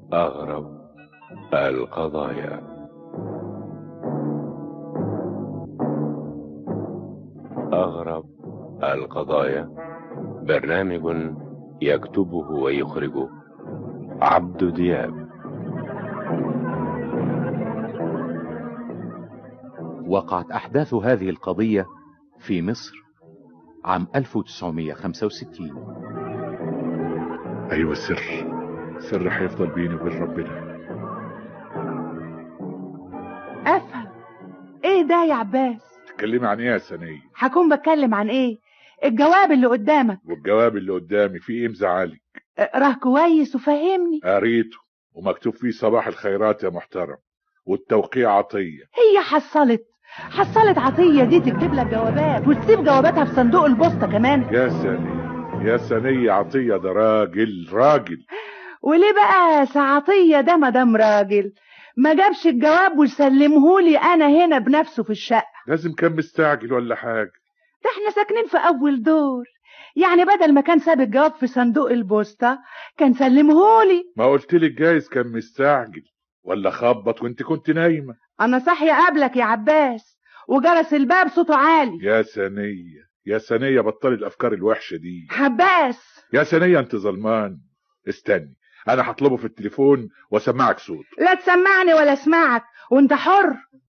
أغرب القضايا. أغرب القضايا برنامج يكتبه ويخرجه عبد دياب. وقعت أحداث هذه القضية في مصر عام 1965. أيوة، سر هيفضل بيني وبين ربنا. افهم. ايه ده يا عباس؟ تتكلمي عن ايه يا سنية؟ هكون بتكلم عن ايه؟ الجواب اللي قدامك. والجواب اللي قدامي فيه ايه مزعلك؟ اقراه كويس وفهمني. قريته ومكتوب فيه صباح الخيرات يا محترم، والتوقيع عطية. هي حصلت عطية دي تكتب لك جوابات وتسيب جواباتها في صندوق البوسطة كمان؟ يا سنية عطية ده راجل. وليه بقى سعطية ده مدام راجل ما جابش الجواب وسلمهولي انا هنا بنفسه في الشقة؟ لازم كان مستعجل ولا حاجة؟ ده احنا ساكنين في اول دور، يعني بدل ما كان ساب الجواب في صندوق البوسطة كان سلمهولي. ما قلتلك جايز كان مستعجل ولا خبط وانت كنت نايمة. انا صاحية قبلك يا عباس وجرس الباب صوته عالي. يا سنية بطلي الافكار الوحشة دي. عباس يا سنية انت ظلمان. استني، انا هطلبه في التليفون واسمعك صوت. لا تسمعني ولا اسمعك وانت حر.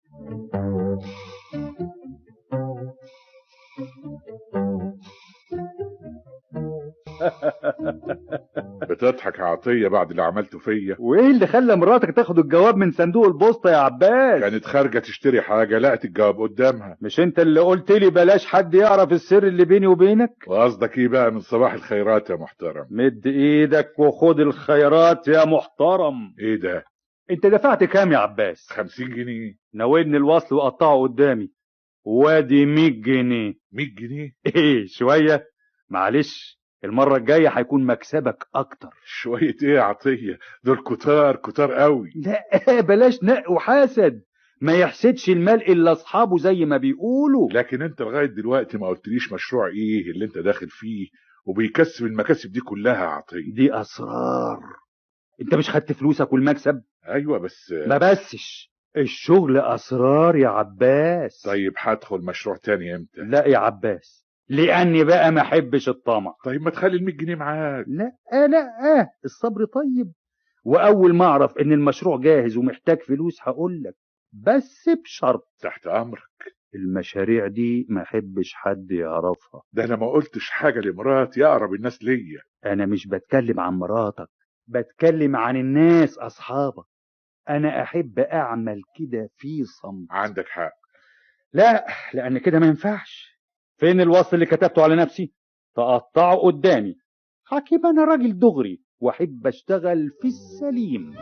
بتضحك يا عطية بعد اللي عملته فيا؟ وايه اللي خلى مراتك تاخد الجواب من صندوق البوسطة يا عباس؟ كانت خارجة تشتري حاجة لقت الجواب قدامها. مش انت اللي قلت لي بلاش حد يعرف السر اللي بيني وبينك؟ وقصدك ايه بقى من صباح الخيرات يا محترم؟ مد ايدك وخد الخيرات يا محترم. ايه ده؟ انت دفعت كام يا عباس؟ 50 جنيه. ناولني الوصل وقطعه قدامي. وادي 100 جنيه. 100 جنيه؟ ايه شوية؟ معلش، المرة الجاية هيكون مكسبك اكتر. شوية ايه يا عطية؟ دول كتار قوي. لا بلاش نق وحاسد، ما يحسدش المال الا اصحابه زي ما بيقولوا. لكن انت لغاية دلوقتي ما قلتليش مشروع ايه اللي انت داخل فيه وبيكسب المكاسب دي كلها يا عطية؟ دي اسرار. انت مش خدت فلوسك والمكسب؟ ايوه بس ما بسش الشغل اسرار يا عباس. طيب هدخل مشروع تاني امتى؟ لا يا عباس، لاني بقى ما احبش الطمع. طيب ما تخلي ال100 جنيه معاك. لا الصبر طيب، واول ما اعرف ان المشروع جاهز ومحتاج فلوس هقول لك، بس بشرط. تحت امرك. المشاريع دي ما احبش حد يعرفها. ده انا ما قلتش حاجة لمراتي، اقرب الناس ليا. انا مش بتكلم عن مراتك، بتكلم عن الناس اصحابك. انا احب اعمل كده في صمت. عندك حق. لا، لان كده ما ينفعش. فين الوصل اللي كتبته على نفسي؟ تقطعه قدامي. حكيم انا راجل دغري واحب اشتغل في السليم.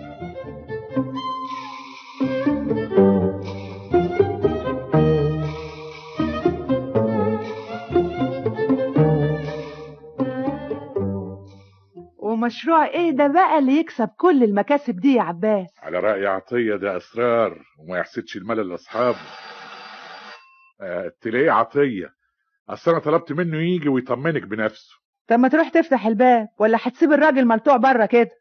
ومشروع ايه ده بقى اللي يكسب كل المكاسب دي يا عباس؟ على رأي عطية ده اسرار وما يحسدش المال لاصحابه. تلاقيه عطية، اصل انا طلبت منه يجي ويطمنك بنفسه. طب ما تروح تفتح الباب ولا هتسيب الراجل ملطوع بره كده؟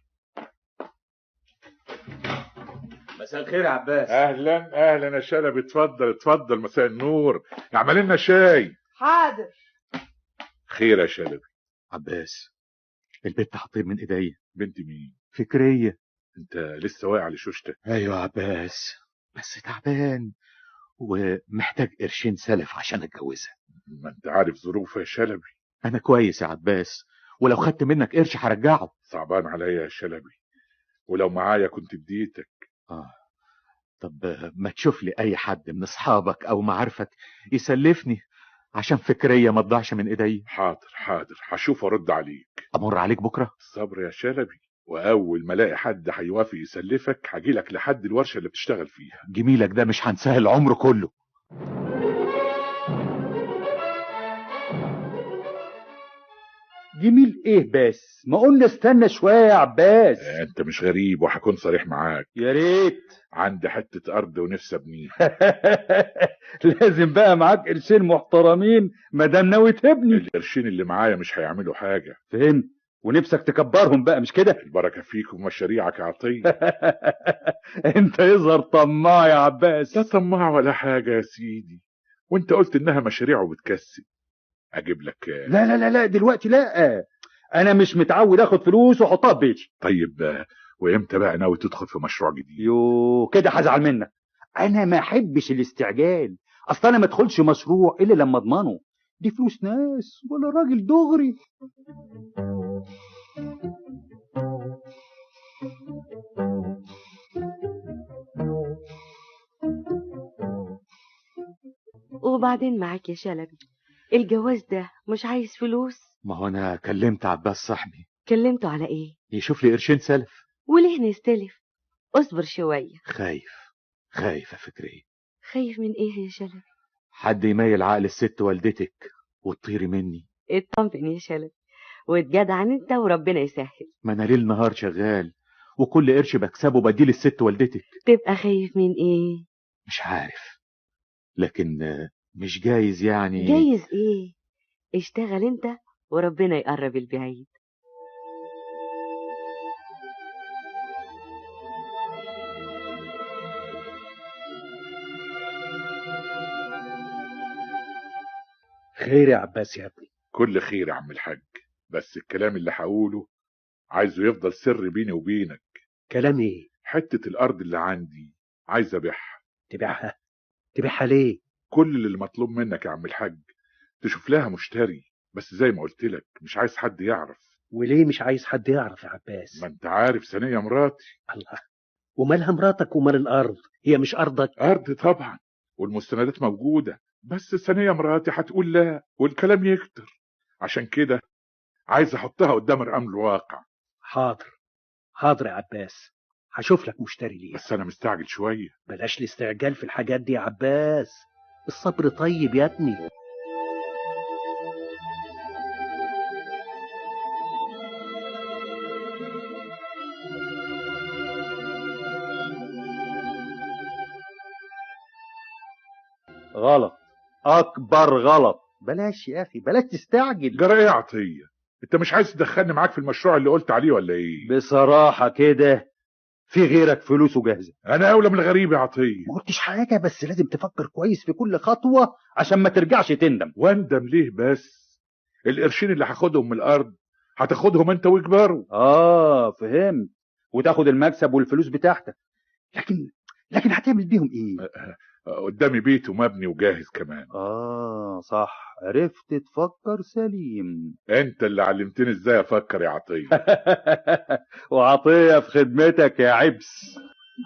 مساء الخير يا عباس. اهلا يا شلبي، اتفضل مساء النور. اعمل لنا شاي. حاضر. خير يا شلبي؟ عباس، البت هتطير من ايديا. بنت مين؟ فكرية. انت لسه واقع لشوشتك؟ ايوه عباس، بس تعبان ومحتاج قرشين سلف عشان اتجوزها. ما انت عارف ظروفها يا شلبي. انا كويس يا عباس، ولو خدت منك قرش هرجعه. صعبان عليا يا شلبي، ولو معايا كنت اديتك. طب ما تشوف لي اي حد من اصحابك او معارفك يسلفني عشان فكرية ما تضيعش من ايدي. حاضر هشوف وارد عليك. امر عليك بكرة. الصبر يا شلبي، واول ما الاقي حد هيوافق يسلفك هجيلك لحد الورشة اللي بتشتغل فيها. جميلك ده مش هنساه العمر كله. جميل ايه بس؟ ما قلنا استنى شوية يا عباس. انت مش غريب وهكون صريح معاك. يا ريت. عندي حتة ارض ونفسي ابنيها. لازم بقى معاك قرشين محترمين مادام ناوي تبني. القرشين اللي معايا مش هيعملوا حاجة. فهمت، ونفسك تكبرهم بقى مش كده؟ البركه فيك ومشاريعك يا عطيه. انت يظهر طماع يا عباس. لا طماع ولا حاجه يا سيدي، وانت قلت انها مشاريع وبتكسب. اجيب لك؟ لا لا لا لا دلوقتي لا، انا مش متعود اخد فلوس واحطها في بيتي. طيب وامتى بقى ناوي تدخل في مشروع جديد؟ يو كده هزعل منك. انا ما احبش الاستعجال، اصل انا ما ادخلش مشروع الا لما اضمنه. دي فلوس ناس ولا راجل دغري. وبعدين معاك يا شلبي، الجواز ده مش عايز فلوس؟ ما هو انا كلمت عباس صاحبي كلمته على ايه؟ يشوف لي قرشين سلف. وليه نستلف؟ اصبر شوية. خايف يا فكرية. خايف من ايه يا شلبي؟ حد يميل عقل الست والدتك وتطيري مني. اطمن يا شلبي واتجدعن انت وربنا يسهل. ما انا ليل نهار شغال وكل قرش بكسبه بديه للست والدتك. تبقى خايف من ايه؟ مش عارف، لكن مش جايز يعني. جايز ايه؟ اشتغل انت وربنا يقرب البعيد. خير يا عباس يا ابني؟ كل خير يا عم الحاج، بس الكلام اللي هقوله عايزه يفضل سر بيني وبينك. كلام ايه؟ حتة الأرض اللي عندي عايز أبيعها. تبيعها؟ تبيعها ليه؟ كل اللي مطلوب منك يا عم الحاج تشوف لها مشتري، بس زي ما قلت لك مش عايز حد يعرف. وليه مش عايز حد يعرف يا عباس؟ ما انت عارف ثانية مراتي. الله، ومالها مراتك ومال الأرض؟ هي مش أرضك؟ أرض طبعا، والمستندات موجودة، بس ثانية مراتي هتقول لا والكلام يكتر. عشان كده عايز أحطها قدام الأمر الواقع. حاضر يا عباس، هشوف لك مشتري ليه. بس أنا مستعجل شوية. بلاش الاستعجال في الحاجات دي يا عباس، الصبر طيب يا ابني. غلط، اكبر غلط. بلاش يا اخي، بلاش تستعجل. جرى ايه يا عطية؟ انت مش عايز تدخلني معاك في المشروع اللي قلت عليه ولا ايه؟ بصراحة كده في غيرك فلوسه جاهزة. انا اولى من الغريب يا عطية. ما قلتش حاجة، بس لازم تفكر كويس في كل خطوة عشان ما ترجعش تندم. واندم ليه بس؟ القرشين اللي هاخدهم من الارض هتاخدهم انت ويكبروا. فهمت، وتاخد المكسب والفلوس بتاعتك. لكن هتعمل بيهم ايه؟ قدامي بيت ومبني وجاهز كمان. صح، عرفت تفكر سليم. انت اللي علمتني ازاي افكر يا عطية. وعطية في خدمتك يا عبس.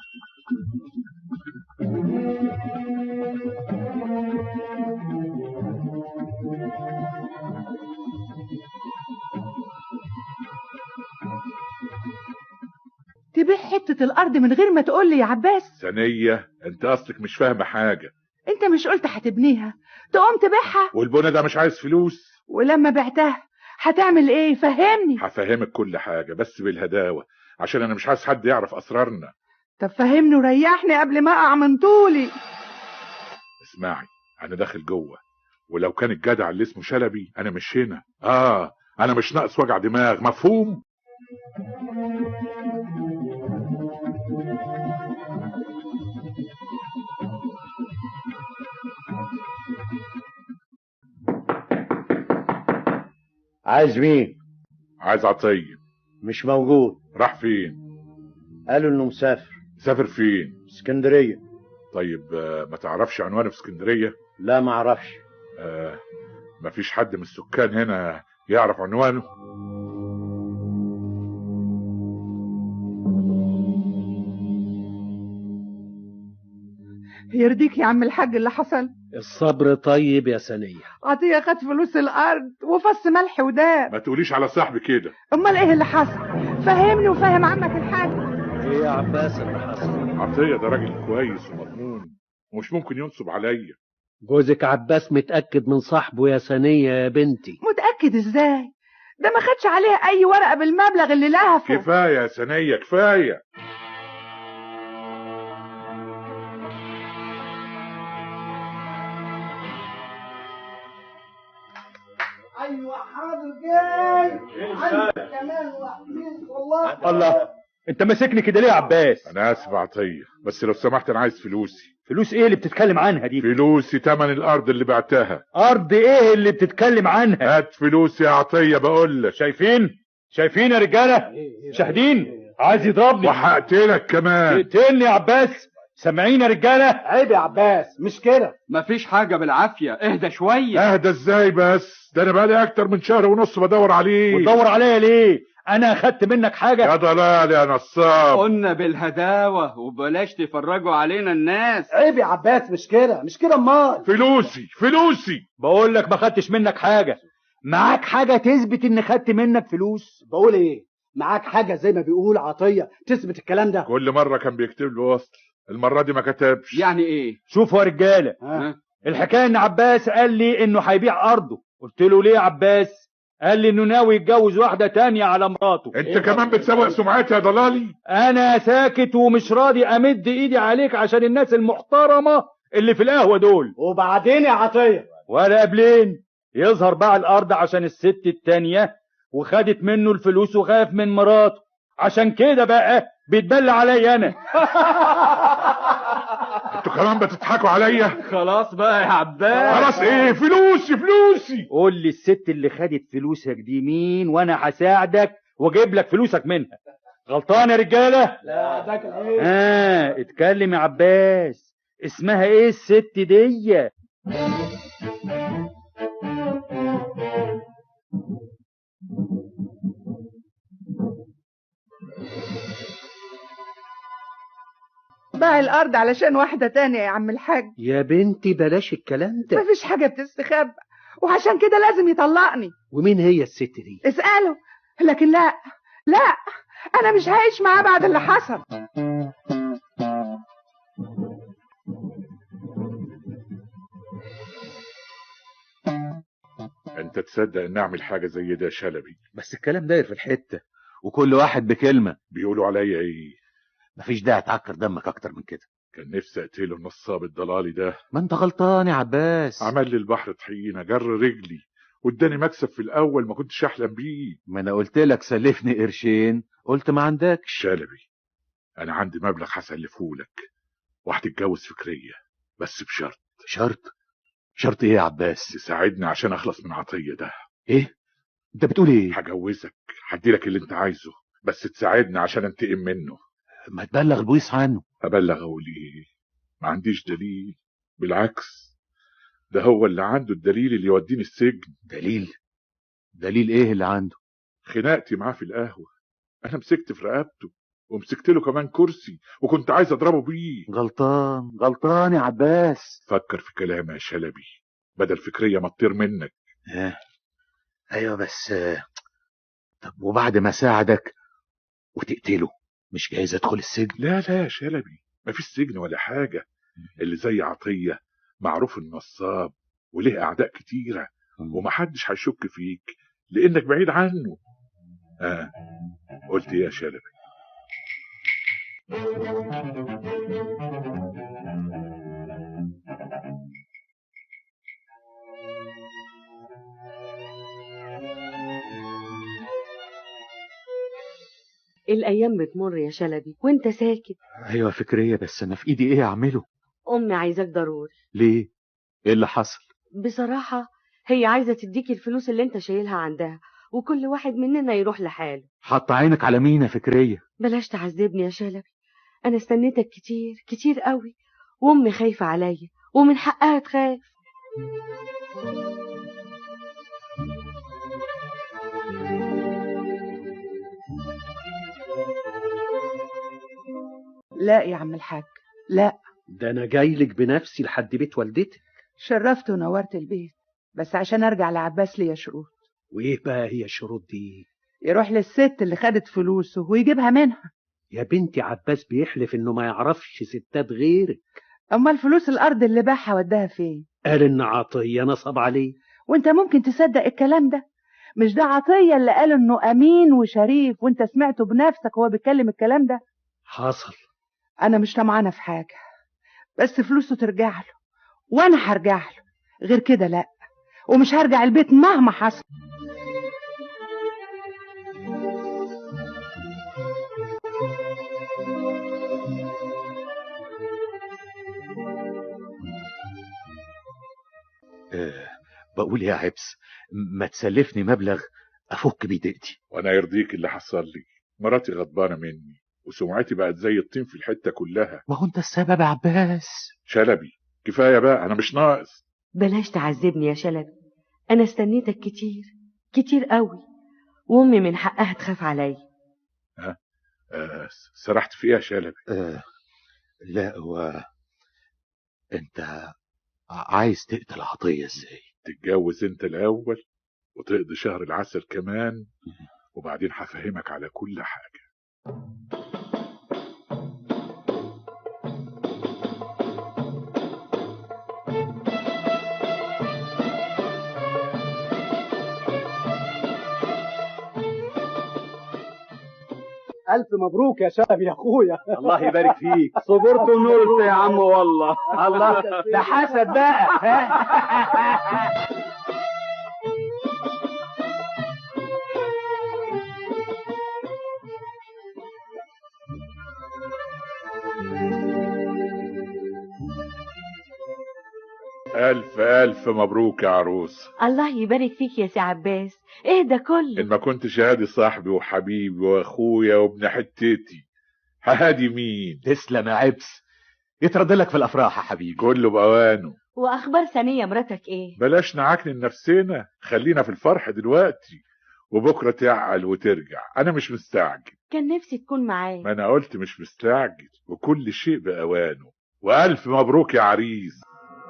تبيع حتة الأرض من غير ما تقول لي يا عباس؟ ثانية، انت اصلك مش فاهمة حاجة. انت مش قلت هتبنيها تقوم تبيعها؟ والبنى ده مش عايز فلوس. ولما بعتها هتعمل ايه؟ فهمني. هفهمك كل حاجة بس بالهداوة، عشان انا مش عايز حد يعرف اسرارنا. طب فهمني وريحني قبل ما اقع من طولي. اسمعي، انا داخل جوه، ولو كان الجدع اللي اسمه شلبي انا مش هنا. انا مش ناقص وجع دماغ، مفهوم؟ عايز مين؟ عايز عطية. مش موجود. راح فين؟ قالوا انه مسافر. سافر فين؟ اسكندرية. طيب ما تعرفش عنوانه في اسكندرية؟ لا ما اعرفش. مفيش حد من السكان هنا يعرف عنوانه؟ يرضيك يا عم الحاج اللي حصل؟ الصبر طيب يا سنية. عطية خد فلوس الأرض وفص ملح وداب. ما تقوليش على صاحبي كده. أمال إيه اللي حصل؟ فهمني وفهم عمك الحاج. ايه يا عباس اللي حصل؟ عطية ده راجل كويس ومضمون ومش ممكن ينصب عليا. جوزك عباس متأكد من صاحبه يا سنية يا بنتي؟ متأكد إزاي؟ ده ما خدش عليه أي ورقة بالمبلغ اللي لهفه. كفاية يا سنية كفاية. ايوه حاضر الله، انت ماسكني كده ليه يا عباس؟ انا اسف عطيه، بس لو سمحت انا عايز فلوسي. فلوس ايه اللي بتتكلم عنها دي؟ فلوسي تمن الارض اللي بعتها. ارض ايه اللي بتتكلم عنها؟ هات فلوسي يا عطيه بقول لك. شايفين يا رجاله؟ شاهدين؟ عايز يضربني وهقتلك كمان. اقتلني يا عباس. سامعين يا رجاله؟ عيب يا عباس، مش كده. مفيش حاجه بالعافيه، اهدى شويه. اهدى ازاي بس؟ ده انا بقالي اكتر من شهر ونص بدور عليه. وتدور عليا ليه؟ انا اخدت منك حاجه؟ يا ضلال يا نصاب. قلنا بالهداوه وبلاش تفرجوا علينا الناس. عيب يا عباس، مش كده امال. فلوسي بقول لك ما خدتش منك حاجه. معاك حاجه تثبت ان خدت منك فلوس؟ بقول ايه؟ معاك حاجه زي ما بيقول عطيه تثبت الكلام ده؟ كل مره كان بيكتب له وصل، المره دي ما كتبش. يعني ايه؟ شوفوا يا رجاله، الحكايه ان عباس قال لي انه هيبيع ارضه. قلت له ليه يا عباس؟ قال لي انه ناوي يتجوز واحده تانية على مراته. انت كمان بتسوق سمعتي يا ضلالي. انا ساكت ومش راضي امد ايدي عليك عشان الناس المحترمه اللي في القهوه دول. وبعدين يا عطيه؟ ولا قبلين يظهر باع الارض عشان الست التانية وخدت منه الفلوس وخاف من مراته، عشان كده بقى بيتبلى عليا انا. انتوا كمان بتضحكوا عليا. خلاص بقى يا عباس. خلاص ايه؟ فلوسي. قول لي الست اللي خدت فلوسك دي مين وانا هساعدك واجيب لك فلوسك منها. غلطان يا رجاله؟ لا ده كان ايه؟ اتكلم يا عباس. اسمها ايه الست دي؟ باع الارض علشان واحده تانية يا عم الحاج. يا بنتي بلاش الكلام ده. مفيش حاجه بتستخبى، وعشان كده لازم يطلقني. ومين هي الست دي؟ اساله. لكن لا انا مش هعيش معاه بعد اللي حصل. انت تصدق ان اعمل حاجه زي ده يا شلبي؟ بس الكلام داير في الحته وكل واحد بكلمه. بيقولوا عليا ايه؟ مفيش داعي تعكر دمك اكتر من كده. كان نفسي اقتله النصاب الضلالي ده. ما انت غلطان يا عباس. عمل لي البحر طحينه، جر رجلي واداني مكسب في الاول ما كنتش احلم بيه. ما انا قلت لك سلفني قرشين، قلت ما عندكش. شلبي، انا عندي مبلغ هسلفهولك وهتتجوز فكريه، بس بشرط. شرط ايه يا عباس؟ تساعدني عشان اخلص من عطيه ده. ايه انت بتقول ايه؟ هجوزك، هديلك اللي انت عايزه، بس تساعدني عشان انتقم منه. ما تبلغ البوليس عنه. ابلغ اقول ايه؟ ما عنديش دليل، بالعكس ده هو اللي عنده الدليل اللي يوديني السجن. دليل ايه اللي عنده؟ خناقتي معاه في القهوه، انا مسكت في رقبته ومسكت له كمان كرسي وكنت عايز اضربه بيه. غلطان يا عباس. فكر في كلامي يا شلبي بدل فكريه ما تطير منك. ايوه بس طب وبعد ما ساعدك وتقتله مش جايز ادخل السجن؟ لا يا شلبي، مفيش سجن ولا حاجه. اللي زي عطيه معروف النصاب وليه اعداء كتيره ومحدش هيشك فيك لانك بعيد عنه. قلت ايه يا شلبي؟ الأيام بتمر يا شلبي وانت ساكت. ايوه فكريه، بس انا في ايدي ايه اعمله؟ أمي عايزاك ضروري. ليه؟ ايه اللي حصل؟ بصراحة هي عايزة تديك الفلوس اللي انت شايلها عندها وكل واحد مننا يروح لحاله. حط عينك على مين يا فكريه؟ بلاش تعذبني يا شلبي، أنا استنيتك كتير قوي، وأمي خايفة عليا ومن حقها تخاف. لا يا عم الحاج، لا. ده انا جايلك بنفسي لحد بيت والدتك. شرفت ونورت البيت، بس عشان ارجع لعباس ليا شروط. وايه بقى هي الشروط دي؟ يروح للست اللي خدت فلوسه ويجيبها منها. يا بنتي عباس بيحلف انه ما يعرفش ستات غيرك. اما الفلوس الارض اللي باعها وداها فين؟ قال ان عطيه نصب عليه. وانت ممكن تصدق الكلام ده؟ مش ده عطيه اللي قال انه امين وشريف وانت سمعته بنفسك وهو بيتكلم الكلام ده؟ حصل. انا مش طمعانه في حاجه، بس فلوسه ترجع له وانا هرجع له، غير كده لا، ومش هرجع البيت مهما حصل. بقول يا عبس، ما تسلفني مبلغ افك بيه ضيقتي. وانا يرضيك اللي حصل لي؟ مراتي غضبانه مني وسمعتي بقت زي الطين في الحته كلها. ما هو انت السبب يا عباس. شلبي كفايه بقى، انا مش ناقص. بلاش تعذبني يا شلبي، انا استنيتك كتير كتير قوي، وامي من حقها تخاف عليا. سرحت في ايه يا شلبي؟ لا، هو انت عايز تقتل عطية ازاي؟ تتجوز انت الاول وتقضي شهر العسل كمان، وبعدين هفهمك على كل حاجه. ألف مبروك يا شلبي يا أخويا. الله يبارك فيك. صبرت ونولت يا عم والله. الله، ده حسد بقى. ألف ألف مبروك يا عروس. الله يبارك فيك يا سي عباس، ايه ده كله؟ إن ما كنتش هادي صاحبي وحبيبي وأخويا وابن حتتي، هادي مين؟ تسلم يا عبس، يترد لك في الافراح يا حبيبي. كله بأوانه. واخبار ثانية مراتك ايه؟ بلاش نعكن نفسنا، خلينا في الفرح دلوقتي وبكرة تعقل وترجع. أنا مش مستعجل. كان نفسي تكون معايا. ما أنا قلت مش مستعجل، وكل شيء بأوانه. وألف مبروك يا عريس.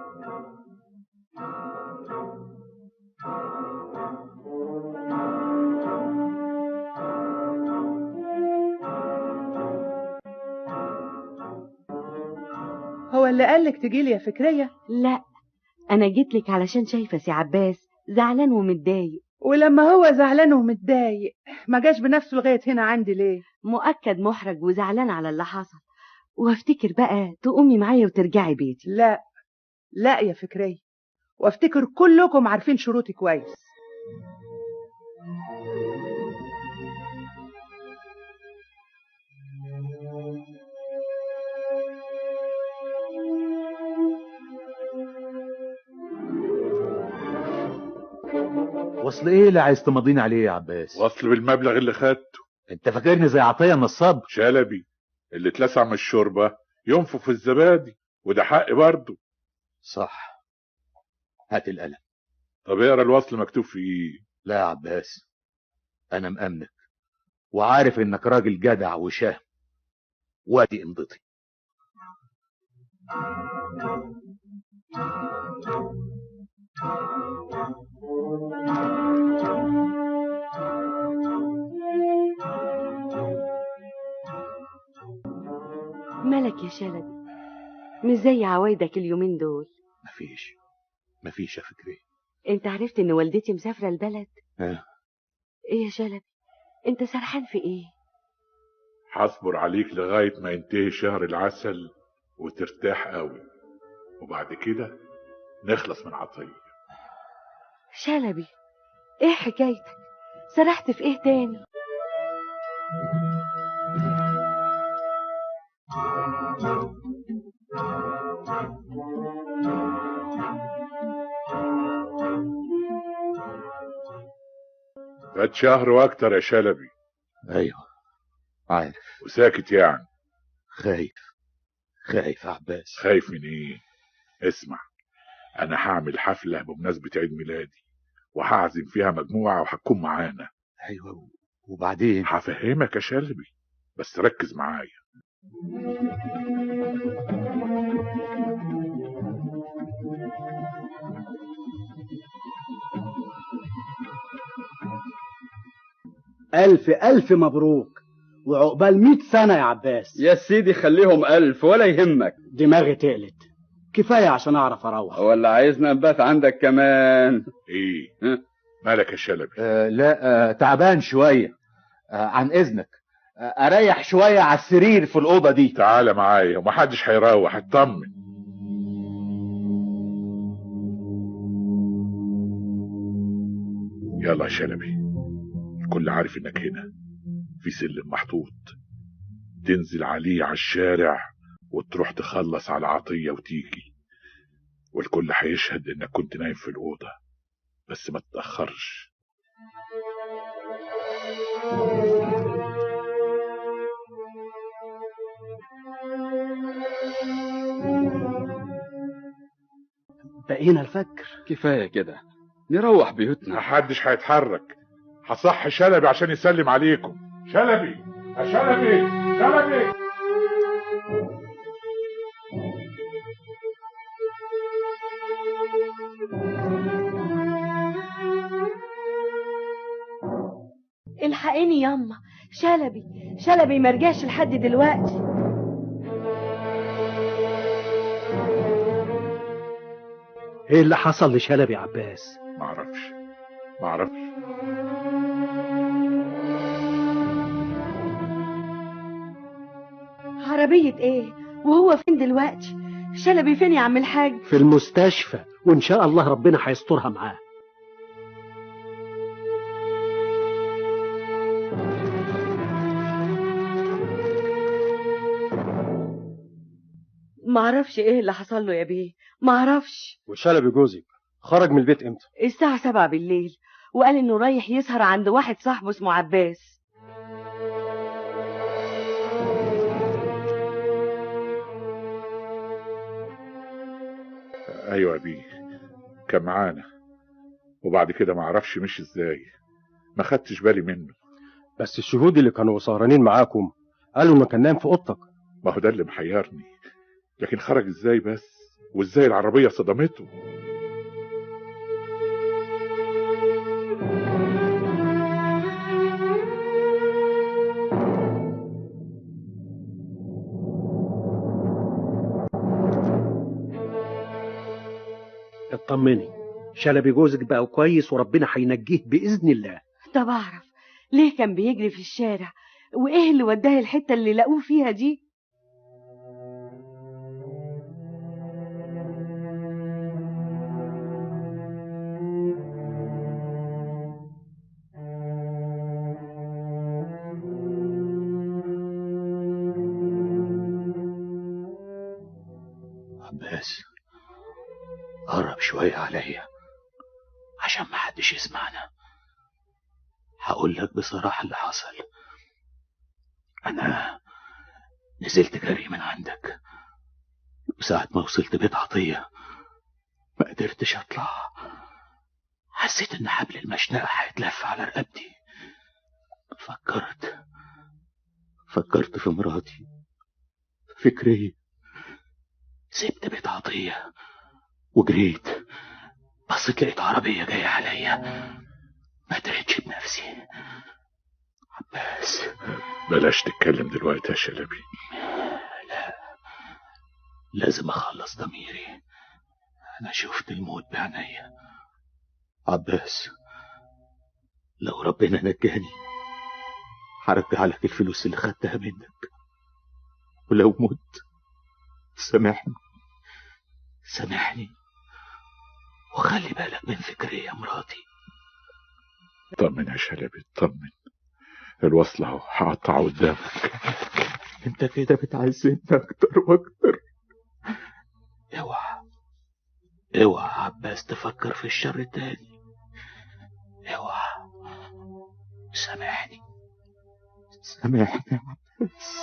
هو اللي قالك تجيلي يا فكرية؟ لا، انا جيتلك علشان شايفة سي عباس زعلان ومتضايق. ولما هو زعلان ومتضايق ما جاش بنفسه لغاية هنا عندي ليه؟ مؤكد محرج وزعلان على اللي حصل، وافتكر بقى تقومي معايا وترجعي بيتي. لا لا يا فكرية، وافتكر كلكم عارفين شروطي كويس. وصل ايه اللي عايز تمضيني عليه يا عباس؟ وصل بالمبلغ اللي خدته. انت فاكرني زي عطية النصاب؟ شلبي اللي اتلسع من الشوربة ينفخ في الزبادي، وده حق برضه. صح، هات القلم. طب اقرا الوصل مكتوب في ايه؟ لا يا عباس، انا مأمنك وعارف انك راجل جدع وشهم، وادي امضتي. مالك يا شلبي؟ مش زي عوايدك اليومين دول. مفيش يا فكري. انت عرفت ان والدتي مسافرة البلد؟ ايه يا شلبي، انت سرحان في ايه؟ هصبر عليك لغاية ما ينتهي شهر العسل وترتاح قوي، وبعد كده نخلص من عطية. شلبي، ايه حكايتك؟ سرحت في ايه تاني؟ فات شهر واكتر يا شلبي. ايوه عارف. وساكت يعني؟ خايف يا عباس. خايف من ايه؟ اسمع، انا هعمل حفلة بمناسبة عيد ميلادي وهعزم فيها مجموعة وهتكون معانا. ايوه، وبعدين؟ هفهمك يا شلبي، بس ركز معايا. ألف ألف مبروك، وعقبال 100 سنة يا عباس. يا سيدي خليهم 1000 ولا يهمك. دماغي تقلت، كفاية عشان أعرف أروح. ولا عايزنا نبات عندك كمان؟ ايه مالك يا شلبي؟ لا، تعبان شوية. عن إذنك أريح شوية على السرير في الأوضة دي. تعال معايا ومحدش هيروح، اطمن. يلا يا شلبي، الكل عارف انك هنا. في سلم محطوط تنزل عليه على الشارع وتروح تخلص على عطية وتيجي، والكل هيشهد انك كنت نايم في الأوضة بس ما تتأخرش. بقينا الفجر. كفاية كده، نروح بيوتنا. محدش هيتحرك. هصحي شلبي عشان يسلم عليكم. شلبي يا شلبي، شلبي. الحقيني ياما، شلبي مرجعش لحد دلوقتي. ايه اللي حصل لشلبي يا عباس؟ معرفش. عربية ايه؟ وهو فين دلوقتي؟ شلبي فين يا عم الحاج؟ في المستشفى، وان شاء الله ربنا هيسترها معاه. معرفش ايه اللي حصل له يا بيه، معرفش. وشلبي جوزك خرج من البيت امتى؟ الساعة 7 بالليل، وقال انه رايح يسهر عند واحد صاحبه اسمه عباس. ايوه يا بيه، كان معانا، وبعد كده معرفش مشي ازاي، ما خدتش بالي منه. بس الشهود اللي كانوا سهرانين معاكم قالوا انه كان نام في اوضتك. ما هو ده اللي محيرني، لكن خرج ازاي بس، وازاي العربية صدمته؟ اطمني، شلبي جوزك بقى كويس وربنا هينجيه بإذن الله. طب اعرف ليه كان بيجري في الشارع، وايه اللي وداه الحتة اللي لقوه فيها دي؟ عباس، قرب شوية عليا عشان ما حدش يسمعنا. هقول لك بصراحة اللي حصل. أنا نزلت جري من عندك، وساعة ما وصلت بيت عطية ما قدرتش أطلع. حسيت إن حبل المشنقة هيتلف على رقبتي. فكرت في مراتي، فكري. سبت بيت عطية وجريت، بصيت لقيت عربية جاية عليا، ما دريتش بنفسي. عباس، بلاش تتكلم دلوقتي يا شلبي. لا، لازم أخلص ضميري. أنا شفت الموت بعينيا. عباس، لو ربنا نجاني هرجع لك الفلوس اللي خدتها منك، ولو مت سامحني وخلي بالك من فكري يا مراتي. طمن يا شلبي، طمن. الوصل اهو، هقطعه قدامك. انت كده بتعزني اكتر واكتر. اوعى عباس تفكر في الشر تاني. اوعى. سامحني يا عباس.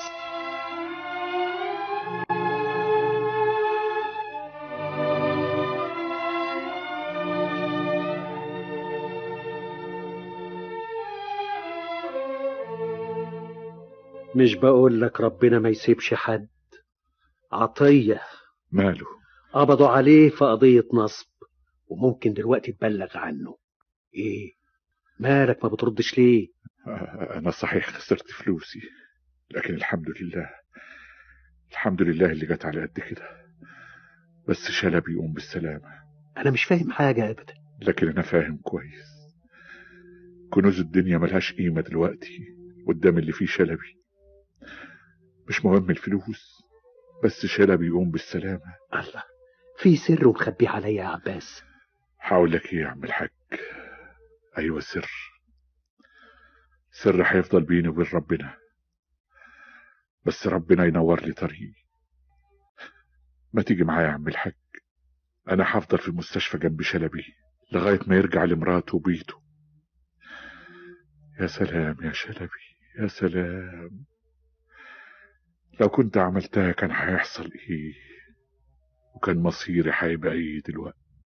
مش بقول لك ربنا ما يسيبش حد؟ عطية ماله؟ قبضوا عليه في قضية نصب، وممكن دلوقتي تبلغ عنه. ايه مالك ما بتردش ليه؟ انا صحيح خسرت فلوسي، لكن الحمد لله اللي جت على قد كده. بس شلبي يقوم بالسلامة. انا مش فاهم حاجة ابدا. لكن انا فاهم كويس. كنوز الدنيا ملهاش قيمة دلوقتي قدام اللي فيه شلبي. مش مهم الفلوس، بس شلبي يقوم بالسلامة. الله، في سر مخبيه عليا يا عباس. هقول لك ايه يا عم الحاج؟ ايوه، سر هيفضل بيني وبين ربنا، بس ربنا ينور لي طريقي. ما تيجي معايا يا عم الحاج؟ انا هفضل في المستشفى جنب شلبي لغاية ما يرجع لمراته وبيته. يا سلام يا شلبي، يا سلام، لو كنت عملتها كان هيحصل ايه، وكان مصيري هيبقى ايه دلوقتي.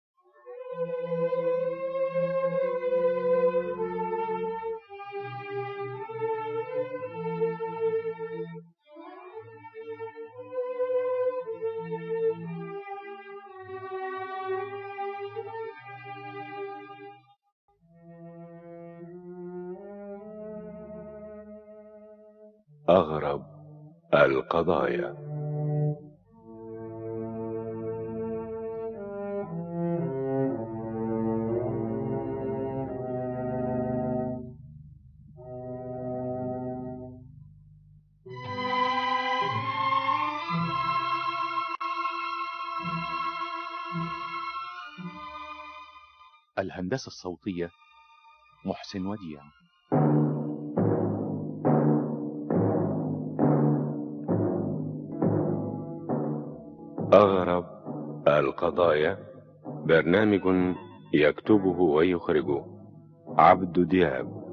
أغرب القضايا. الهندسة الصوتية محسن وديع. أغرب القضايا، برنامج يكتبه ويخرجه عبد دياب.